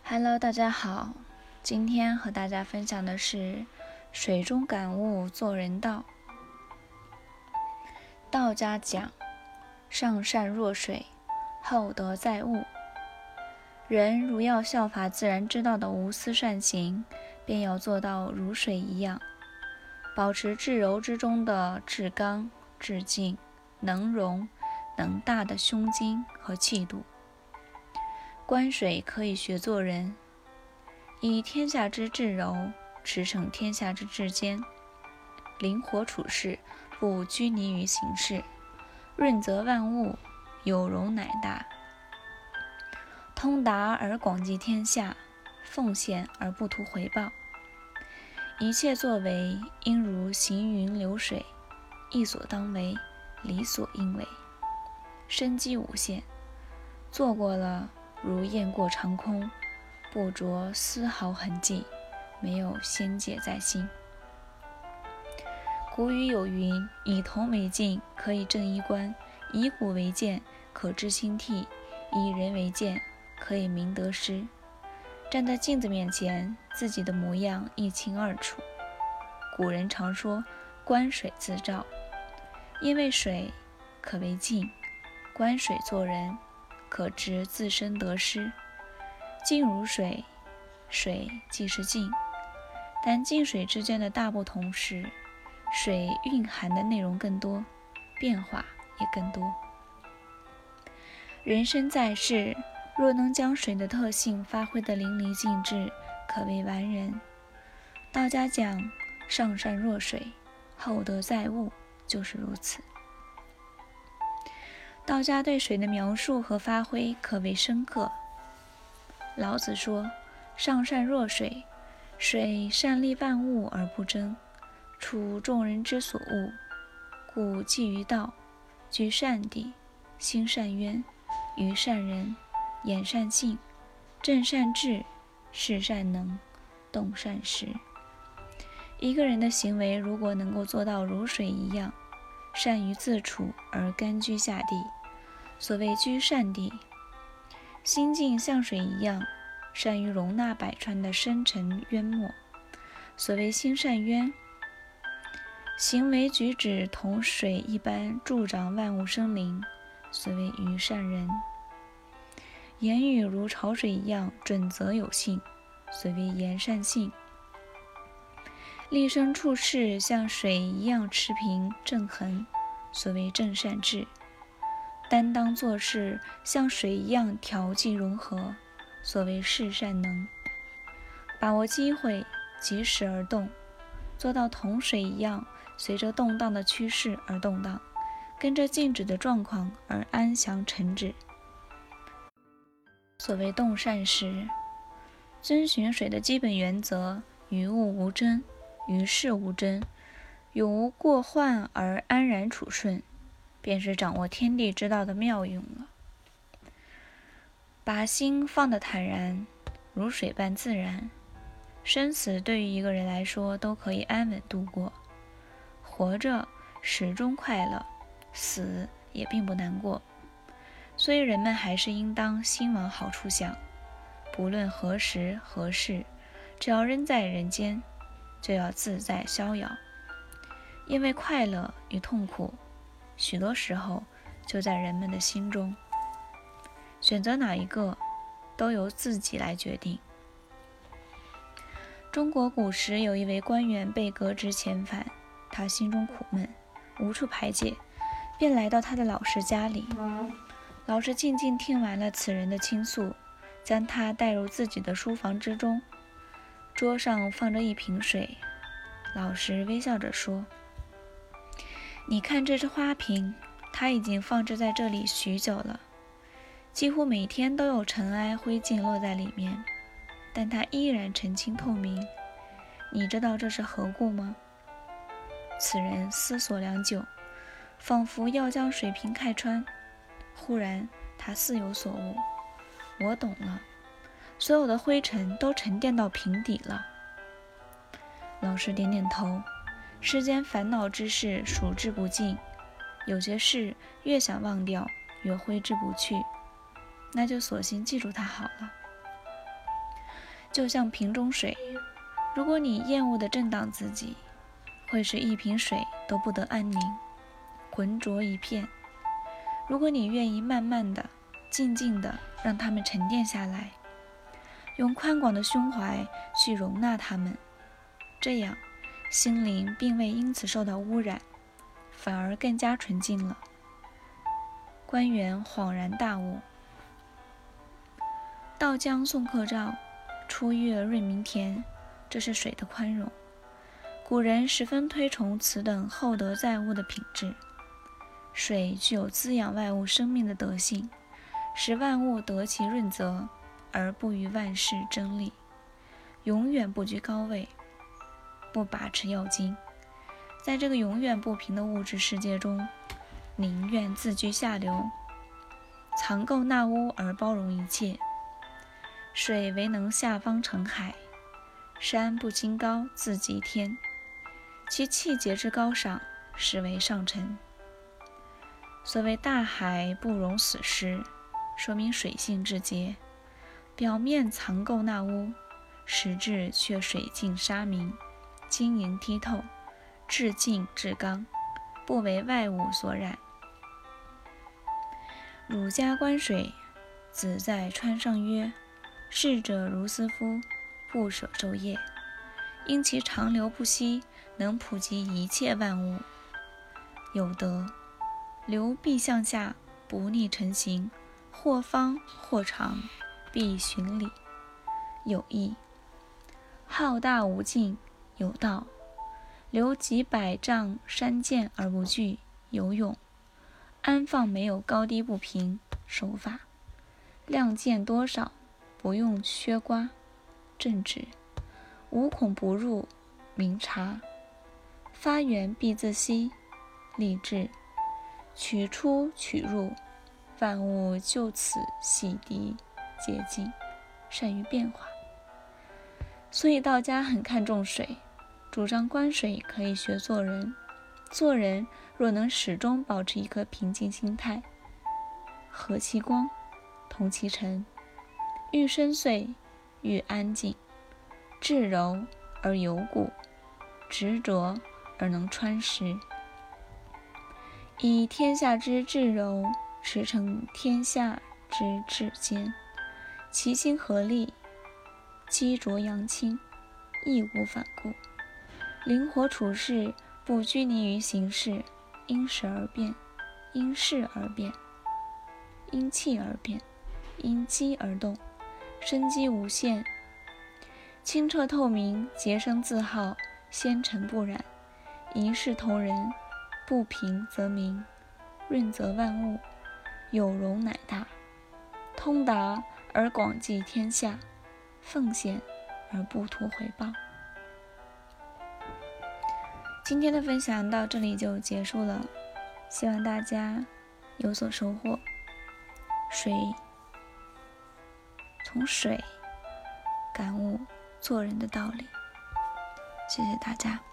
Hello，大家好，今天和大家分享的是水中感悟做人道。道家讲上善若水，厚德载物。人如要效法自然之道的无私善行，便要做到如水一样，保持至柔之中的至刚、至静、能容、能大的胸襟和气度。观水可以学做人，以天下之至柔驰骋天下之至坚，灵活处事，不拘泥于形式，润泽万物，有容乃大，通达而广济天下，奉献而不图回报。一切作为应如行云流水，义所当为，理所应为，生机无限。做过了如雁过长空，不着丝毫痕迹，没有仙界在心。古语有云：以铜为镜，可以正衣冠；以古为鉴，可知兴替；以人为鉴，可以明得失。站在镜子面前，自己的模样一清二楚。古人常说观水自照，因为水可为镜，观水做人，可知自身得失。镜如水，水即是镜，但镜水之间的大不同是，水蕴含的内容更多，变化也更多。人生在世，若能将水的特性发挥得淋漓尽致，可谓完人。道家讲上善若水，厚德载物，就是如此。道家对水的描述和发挥可谓深刻。老子说：上善若水，水善利万物而不争，处众人之所恶，故寄于道，居善地，心善渊，于善人，言善信，正善治，事善能，动善时。一个人的行为如果能够做到如水一样，善于自处而甘居下地，所谓居善地，心境像水一样，善于容纳百川的深沉渊漠，所谓心善渊。行为举止同水一般助长万物生灵，所谓于善人。言语如潮水一样准则有信，所谓言善信。立身处世像水一样持平正衡，所谓正善治。担当做事像水一样调剂融合，所谓事善能。把握机会，及时而动，做到同水一样随着动荡的趋势而动荡，跟着静止的状况而安详沉止，所谓动善时。遵循水的基本原则：于物无争，于事无争，永无过患而安然处顺，便是掌握天地之道的妙用了。把心放得坦然，如水般自然。生死对于一个人来说都可以安稳度过，活着始终快乐，死也并不难过。所以人们还是应当心往好处想，不论何时何事，只要人在人间，就要自在逍遥。因为快乐与痛苦许多时候就在人们的心中，选择哪一个都由自己来决定。中国古时有一位官员被革职遣返，他心中苦闷，无处排解，便来到他的老师家里。老师静静听完了此人的倾诉，将他带入自己的书房之中。桌上放着一瓶水，老师微笑着说：你看这只花瓶，它已经放置在这里许久了，几乎每天都有尘埃灰烬落在里面，但它依然澄清透明。你知道这是何故吗？此人思索良久，仿佛要将水瓶开穿。忽然他似有所悟，我懂了，所有的灰尘都沉淀到瓶底了。老师点点头，世间烦恼之事数之不尽，有些事越想忘掉越挥之不去，那就索性记住它好了。 就像瓶中水，如果你厌恶地震荡自己，会使一瓶水都不得安宁，浑浊一片。如果你愿意慢慢的、静静的让它们沉淀下来，用宽广的胸怀去容纳它们，这样心灵并未因此受到污染，反而更加纯净了。官员恍然大悟。到江送客照，初月润明田，这是水的宽容。古人十分推崇此等厚德载物的品质。水具有滋养万物生命的德性，使万物得其润泽，而不与万事争利，永远不居高位，不把持要紧。在这个永远不平的物质世界中，宁愿自居下流，藏垢纳污而包容一切。水唯能下方成海，山不清高自极天，其气节之高尚，实为上乘。所谓大海不容死尸，说明水性至洁，表面藏垢纳污，实质却水净沙明，晶莹剔透，至净至刚，不为外物所染。儒家观水，子在川上曰：逝者如斯夫，不舍昼夜，因其长流不息，能普及一切万物。有德，流必向下，不逆成形，或方或长，必循理。有义，浩大无尽，有道。流几百丈山涧而不惧，有勇。安放没有高低不平，守法。量见多少，不用削刮，正直。无孔不入，明察。发源必自息，立志。取出取入，万物就此洗涤洁净，善于变化。所以道家很看重水，主张观水可以学做人。做人若能始终保持一颗平静心态，和其光，同其尘，愈深邃愈安静，至柔而有骨，执着而能穿石。以天下之至柔，驰骋天下之至坚，其心合力，积浊扬清，义无反顾，灵活处事，不拘泥于形式，因时而变，因势而变，因气而变，因机而动，生机无限，清澈透明，洁身自好，纤尘不染，一视同仁，不平则鸣，润泽万物，有容乃大，通达而广济天下，奉献而不图回报。今天的分享到这里就结束了，希望大家有所收获。从水感悟做人的道理。谢谢大家。